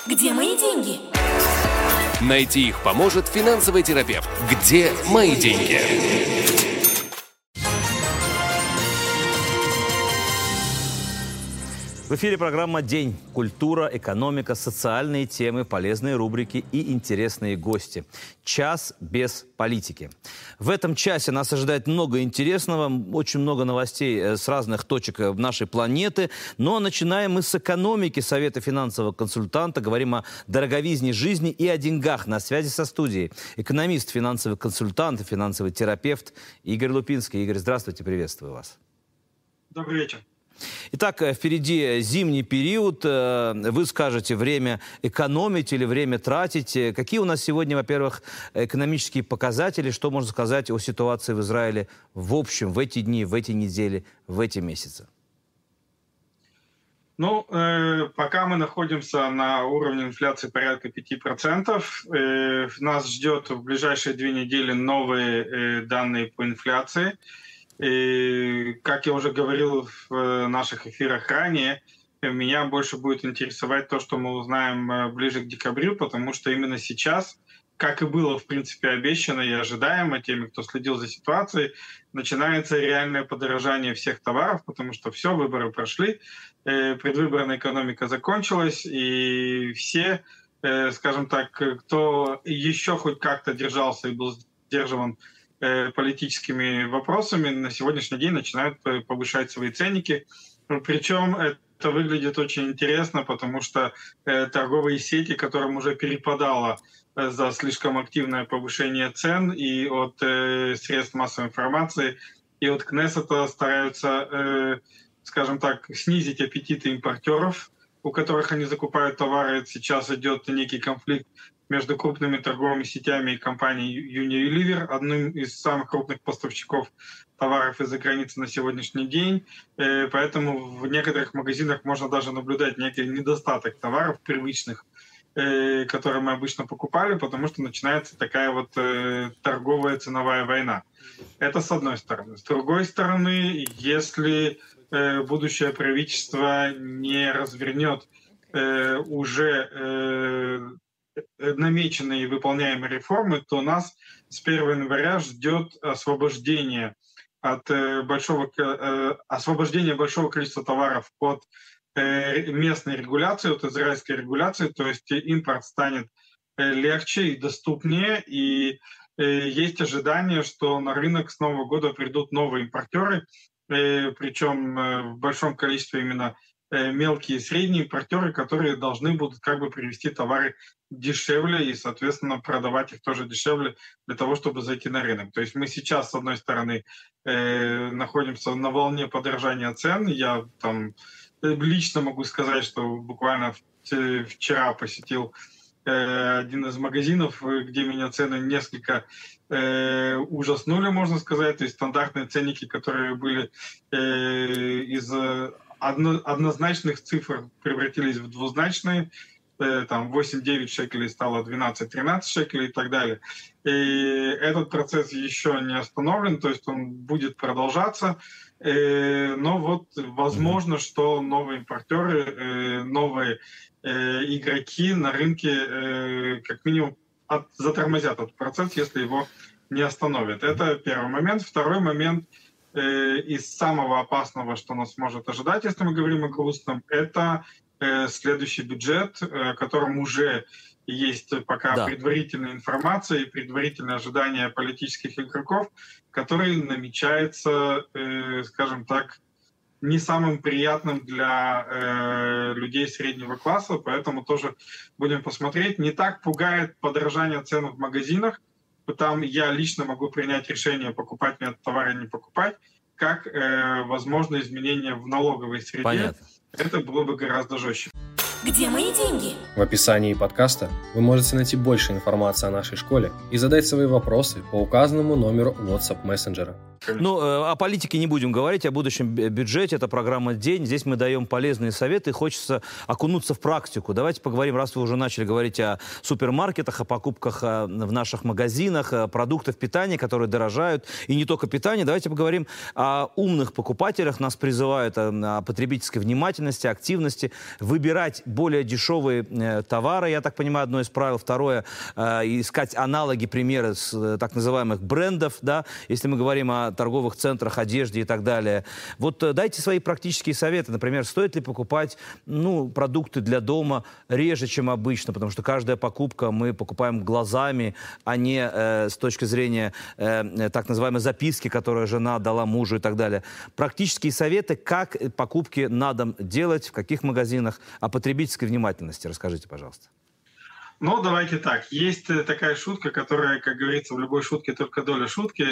Где мои деньги? Найти их поможет финансовый терапевт. Где мои деньги? В эфире программа «День». Культура, экономика, социальные темы, полезные рубрики и интересные гости. Час без политики. В этом часе нас ожидает много интересного, очень много новостей с разных точек нашей планеты. Но начинаем мы с экономики. Совета финансового консультанта. Говорим о дороговизне жизни и о деньгах. На связи со студией экономист, финансовый консультант, финансовый терапевт Игорь Лупинский. Игорь, здравствуйте, приветствую вас. Добрый вечер. Итак, впереди зимний период. Вы скажете, время экономить или время тратить. Какие у нас сегодня, во-первых, экономические показатели? Что можно сказать о ситуации в Израиле в общем, в эти дни, в эти недели, в эти месяцы? Ну, пока мы находимся на уровне инфляции порядка 5%, нас ждет в ближайшие 2 недели новые данные по инфляции. И, как я уже говорил в наших эфирах ранее, меня больше будет интересовать то, что мы узнаем ближе к декабрю, потому что именно сейчас, как и было, в принципе, обещано и ожидаемо теми, кто следил за ситуацией, начинается реальное подорожание всех товаров, потому что все, выборы прошли, предвыборная экономика закончилась, и все, скажем так, кто еще хоть как-то держался и был сдерживан политическими вопросами, на сегодняшний день начинают повышать свои ценники. Причем это выглядит очень интересно, потому что торговые сети, которым уже перепадало за слишком активное повышение цен и от средств массовой информации, и от Кнессета стараются, скажем так, снизить аппетиты импортеров, у которых они закупают товары. Сейчас идет некий конфликт между крупными торговыми сетями и компанией Unilever, одним из самых крупных поставщиков товаров из-за границы на сегодняшний день. Поэтому в некоторых магазинах можно даже наблюдать некий недостаток товаров привычных, которые мы обычно покупали, потому что начинается такая вот торговая ценовая война. Это с одной стороны. С другой стороны, если будущее правительство не развернет уже намеченные и выполняемые реформы, то нас с 1 января ждет освобождение большого количества товаров от местной регуляции, от израильской регуляции, то есть импорт станет легче и доступнее, и есть ожидание, что на рынок с Нового года придут новые импортеры, причем в большом количестве именно мелкие и средние импортеры, которые должны будут как бы привезти товары дешевле и, соответственно, продавать их тоже дешевле для того, чтобы зайти на рынок. То есть мы сейчас, с одной стороны, находимся на волне подорожания цен. Я там лично могу сказать, что буквально вчера посетил один из магазинов, где меня цены несколько ужаснули, можно сказать. То есть стандартные ценники, которые были из однозначных цифр, превратились в двузначные. Там 8-9 шекелей стало 12-13 шекелей и так далее. И этот процесс еще не остановлен, то есть он будет продолжаться. Но вот возможно, что новые импортеры, новые игроки на рынке как минимум затормозят этот процесс, если его не остановят. Это первый момент. Второй момент из самого опасного, что нас может ожидать, если мы говорим о грустном, это следующий бюджет, о котором уже есть пока предварительная информация и предварительные ожидания политических игроков, который намечается, скажем так, не самым приятным для людей среднего класса, поэтому тоже будем посмотреть. Не так пугает подорожание цен в магазинах, там я лично могу принять решение, покупать мне этот товар или не покупать, как возможно изменения в налоговой среде. Понятно. Это было бы гораздо жестче. Где мои деньги? В описании подкаста вы можете найти больше информации о нашей школе и задать свои вопросы по указанному номеру WhatsApp мессенджера. Ну, о политике не будем говорить, о будущем бюджете. Это программа «День». Здесь мы даем полезные советы. Хочется окунуться в практику. Давайте поговорим, раз вы уже начали говорить о супермаркетах, о покупках в наших магазинах, продуктов питания, которые дорожают. И не только питание. Давайте поговорим о умных покупателях. Нас призывают о потребительской внимательности, активности. Выбирать более дешевые товары, я так понимаю, одно из правил. Второе, искать аналоги, примеры с так называемых брендов, да, если мы говорим о торговых центрах, одежде и так далее. Вот дайте свои практические советы. Например, стоит ли покупать продукты для дома реже, чем обычно, потому что каждая покупка мы покупаем глазами, а не с точки зрения так называемой записки, которую жена дала мужу и так далее. Практические советы, как покупки на дом делать, в каких магазинах, о потребительской внимательности. Расскажите, пожалуйста. Ну, давайте так. Есть такая шутка, которая, как говорится, в любой шутке только доля шутки.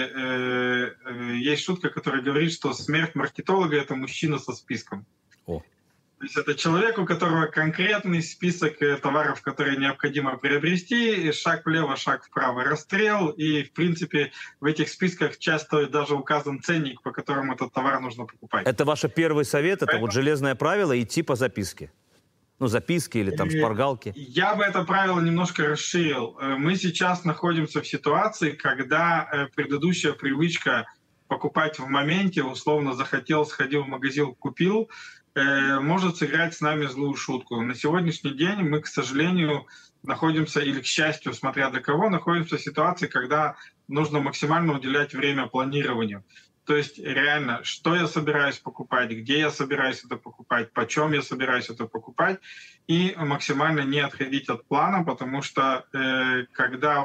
Есть шутка, которая говорит, что смерть маркетолога – это мужчина со списком. О. То есть это человек, у которого конкретный список товаров, которые необходимо приобрести, шаг влево, шаг вправо, расстрел. И, в принципе, в этих списках часто даже указан ценник, по которому этот товар нужно покупать. Это ваш первый совет? Это вот железное правило – идти по записке? Ну, записки или там шпаргалки? Я бы это правило немножко расширил. Мы сейчас находимся в ситуации, когда предыдущая привычка покупать в моменте, условно захотел, сходил в магазин, купил, может сыграть с нами злую шутку. На сегодняшний день мы, к сожалению, находимся, или к счастью, смотря для кого, находимся в ситуации, когда нужно максимально уделять время планированию. То есть реально, что я собираюсь покупать, где я собираюсь это покупать, почем я собираюсь это покупать, и максимально не отходить от плана, потому что когда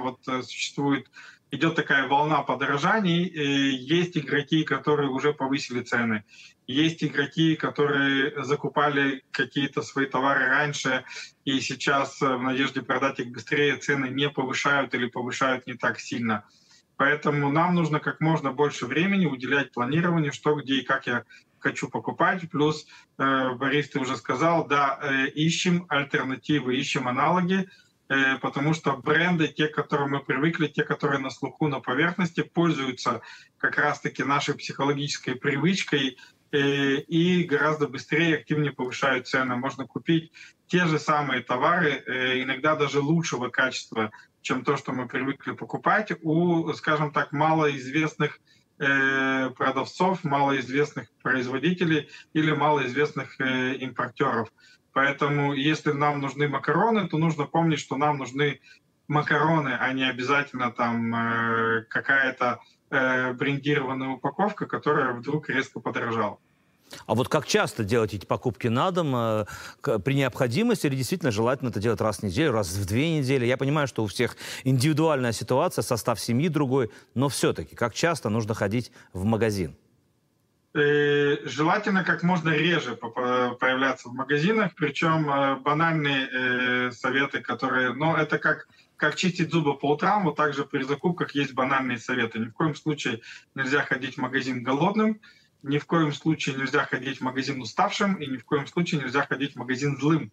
идет такая волна подорожаний, есть игроки, которые уже повысили цены, есть игроки, которые закупали какие-то свои товары раньше, и сейчас в надежде продать их быстрее цены не повышают или повышают не так сильно. Поэтому нам нужно как можно больше времени уделять планированию, что, где и как я хочу покупать. Плюс, Борис, ты уже сказал, да, ищем альтернативы, ищем аналоги, потому что бренды, те, к которым мы привыкли, те, которые на слуху, на поверхности, пользуются как раз-таки нашей психологической привычкой и гораздо быстрее и активнее повышают цены. Можно купить те же самые товары, иногда даже лучшего качества, чем то, что мы привыкли покупать, у, скажем так, малоизвестных продавцов, малоизвестных производителей или малоизвестных импортеров. Поэтому, если нам нужны макароны, то нужно помнить, что нам нужны макароны, а не обязательно там какая-то брендированная упаковка, которая вдруг резко подорожала. А вот как часто делать эти покупки на дом? При необходимости или действительно желательно это делать раз в неделю, раз в 2 недели? Я понимаю, что у всех индивидуальная ситуация, состав семьи другой, но все-таки как часто нужно ходить в магазин? Желательно как можно реже появляться в магазинах, причем банальные советы, которые... Но это как чистить зубы по утрам, вот также при закупках есть банальные советы. Ни в коем случае нельзя ходить в магазин голодным, ни в коем случае нельзя ходить в магазин уставшим, и ни в коем случае нельзя ходить в магазин злым.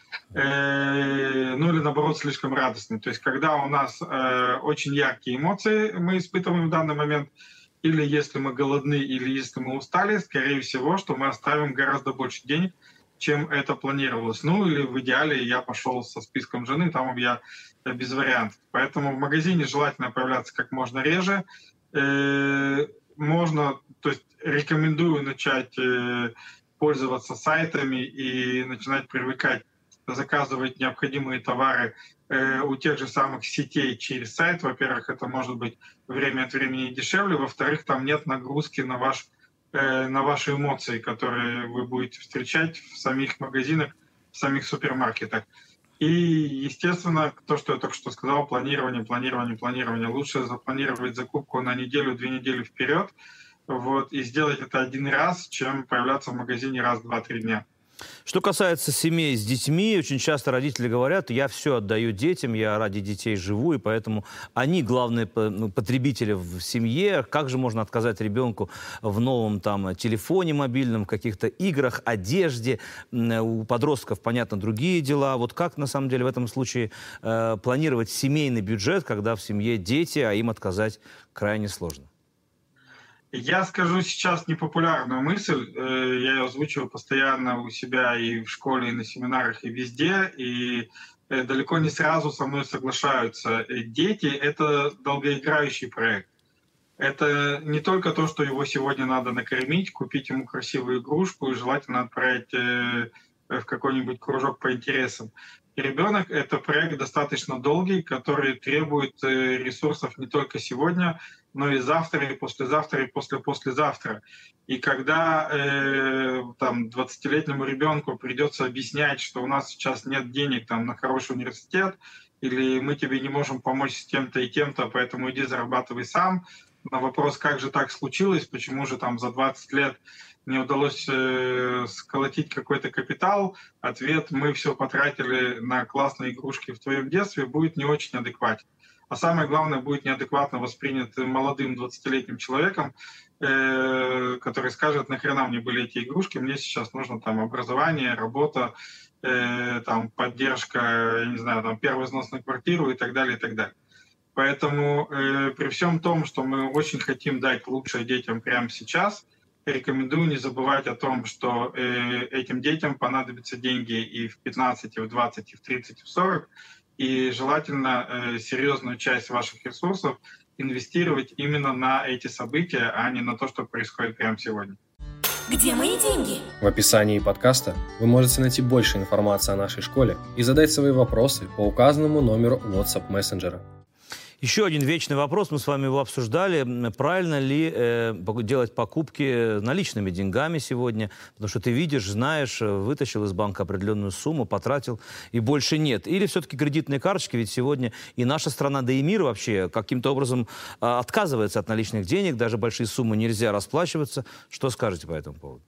Ну или наоборот слишком радостным. То есть когда у нас очень яркие эмоции мы испытываем в данный момент, или если мы голодны, или если мы устали, скорее всего, что мы оставим гораздо больше денег, чем это планировалось. Ну или в идеале я пошел со списком жены, там я без вариантов. Поэтому в магазине желательно появляться как можно реже. Можно, то есть рекомендую начать пользоваться сайтами и начинать привыкать заказывать необходимые товары у тех же самых сетей через сайт. Во-первых, это может быть время от времени дешевле. Во-вторых, там нет нагрузки на ваши эмоции, которые вы будете встречать в самих магазинах, в самих супермаркетах. И, естественно, то, что я только что сказал, планирование. Лучше запланировать закупку на неделю, 2 недели вперед, вот, и сделать это один раз, чем появляться в магазине раз в 2-3 дня. Что касается семей с детьми, очень часто родители говорят: я все отдаю детям, я ради детей живу, и поэтому они главные потребители в семье. Как же можно отказать ребенку в новом там телефоне мобильном, в каких-то играх, одежде? У подростков, понятно, другие дела. Вот как на самом деле в этом случае планировать семейный бюджет, когда в семье дети, а им отказать крайне сложно? Я скажу сейчас непопулярную мысль, я ее озвучиваю постоянно у себя и в школе, и на семинарах, и везде, и далеко не сразу со мной соглашаются. Дети — это долгоиграющий проект. Это не только то, что его сегодня надо накормить, купить ему красивую игрушку и желательно отправить в какой-нибудь кружок по интересам. И ребенок — это проект достаточно долгий, который требует ресурсов не только сегодня, но и завтра, и послезавтра, и послезавтра. И когда там 20-летнему ребенку придется объяснять, что у нас сейчас нет денег там, на хороший университет, или мы тебе не можем помочь с тем-то и тем-то, поэтому иди зарабатывай сам. На вопрос, как же так случилось, почему же там за 20 лет не удалось сколотить какой-то капитал, ответ: мы все потратили на классные игрушки в твоем детстве, будет не очень адекватен. А самое главное, будет неадекватно воспринят молодым 20-летним человеком, который скажет: нахрена мне были эти игрушки, мне сейчас нужно там образование, работа, там поддержка, я не знаю, там первый взнос на квартиру и так далее, и так далее. Поэтому при всем том, что мы очень хотим дать лучшее детям прямо сейчас, рекомендую не забывать о том, что этим детям понадобятся деньги и в 15, и в 20, и в 30, и в 40, и желательно серьезную часть ваших ресурсов инвестировать именно на эти события, а не на то, что происходит прямо сегодня. Где мои деньги? В описании подкаста вы можете найти больше информации о нашей школе и задать свои вопросы по указанному номеру WhatsApp мессенджера. Еще один вечный вопрос, мы с вами его обсуждали. Правильно ли делать покупки наличными деньгами сегодня? Потому что ты видишь, знаешь, вытащил из банка определенную сумму, потратил, и больше нет. Или все-таки кредитные карточки? Ведь сегодня и наша страна, да и мир вообще каким-то образом отказывается от наличных денег. Даже большие суммы нельзя расплачиваться. Что скажете по этому поводу?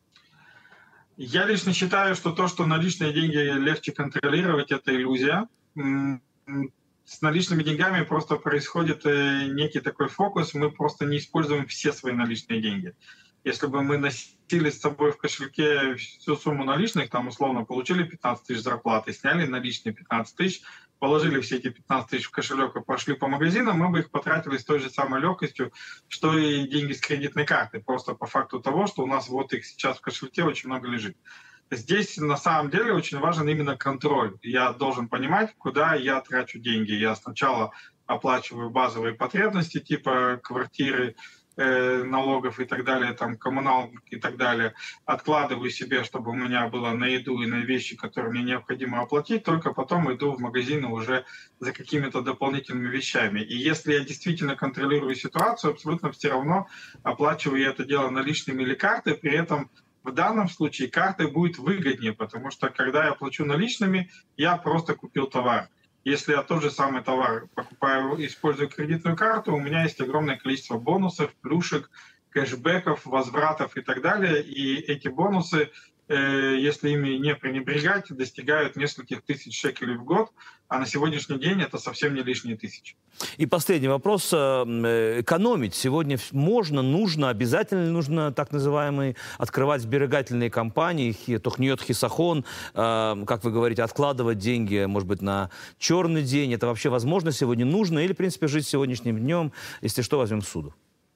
Я лично считаю, что то, что наличные деньги легче контролировать, это иллюзия. С наличными деньгами просто происходит некий такой фокус, мы просто не используем все свои наличные деньги. Если бы мы носили с собой в кошельке всю сумму наличных, там условно получили 15 тысяч зарплаты, сняли наличные 15 тысяч, положили все эти 15 тысяч в кошелек и пошли по магазинам, мы бы их потратили с той же самой легкостью, что и деньги с кредитной карты, просто по факту того, что у нас вот их сейчас в кошельке очень много лежит. Здесь на самом деле очень важен именно контроль. Я должен понимать, куда я трачу деньги. Я сначала оплачиваю базовые потребности типа квартиры, налогов и так далее, там, коммуналки и так далее. Откладываю себе, чтобы у меня было на еду и на вещи, которые мне необходимо оплатить. Только потом иду в магазины уже за какими-то дополнительными вещами. И если я действительно контролирую ситуацию, абсолютно все равно оплачиваю я это дело наличными или картой, при этом в данном случае картой будет выгоднее, потому что когда я плачу наличными, я просто купил товар. Если я тот же самый товар покупаю, использую кредитную карту, у меня есть огромное количество бонусов, плюшек, кэшбэков, возвратов и так далее. И эти бонусы, если ими не пренебрегать, достигают нескольких тысяч шекелей в год, а на сегодняшний день это совсем не лишние тысячи. И последний вопрос. Экономить сегодня можно, нужно, обязательно нужно так называемые открывать сберегательные компании, тохниот хисахон, как вы говорите, откладывать деньги, может быть, на черный день. Это вообще возможно сегодня? Нужно? Или, в принципе, жить сегодняшним днем, если что, возьмем суду?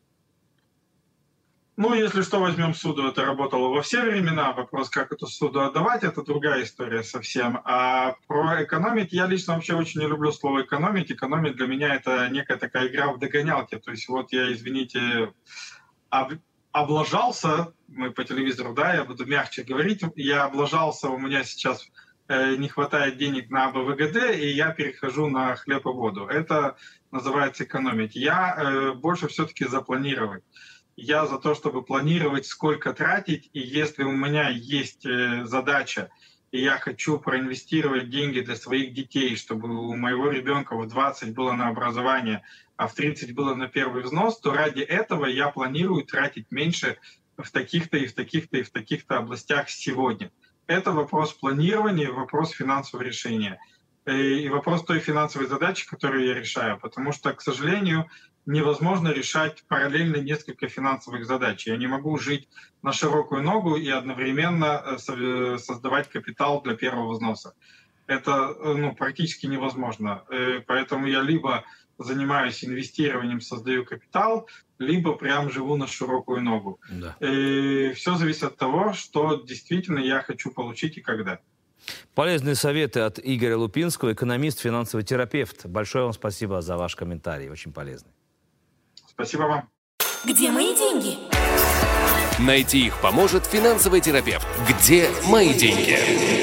Ну, если что, возьмем суду, это работало во все времена. Вопрос, как эту суду отдавать, это другая история совсем. А про экономить, я лично вообще очень не люблю слово экономить. Экономить для меня это некая такая игра в догонялки. То есть вот я, извините, облажался, мы по телевизору, да, я буду мягче говорить, я облажался, у меня сейчас не хватает денег на АБВГД, и я перехожу на хлеб и воду. Это называется экономить. Я больше все-таки за планировать. Я за то, чтобы планировать, сколько тратить, и если у меня есть задача, и я хочу проинвестировать деньги для своих детей, чтобы у моего ребенка в 20 было на образование, а в 30 было на первый взнос, то ради этого я планирую тратить меньше в таких-то и в таких-то и в таких-то областях сегодня. Это вопрос планирования, вопрос финансового решения. И вопрос той финансовой задачи, которую я решаю. Потому что, к сожалению, невозможно решать параллельно несколько финансовых задач. Я не могу жить на широкую ногу и одновременно создавать капитал для первого взноса. это практически невозможно. Поэтому я либо занимаюсь инвестированием, создаю капитал, либо прям живу на широкую ногу. Да. Все зависит от того, что действительно я хочу получить и когда. Полезные советы от Игоря Лупинского, экономист, финансовый терапевт. Большое вам спасибо за ваш комментарий, очень полезный. Спасибо вам. Где мои деньги? Найти их поможет финансовый терапевт. Где мои деньги?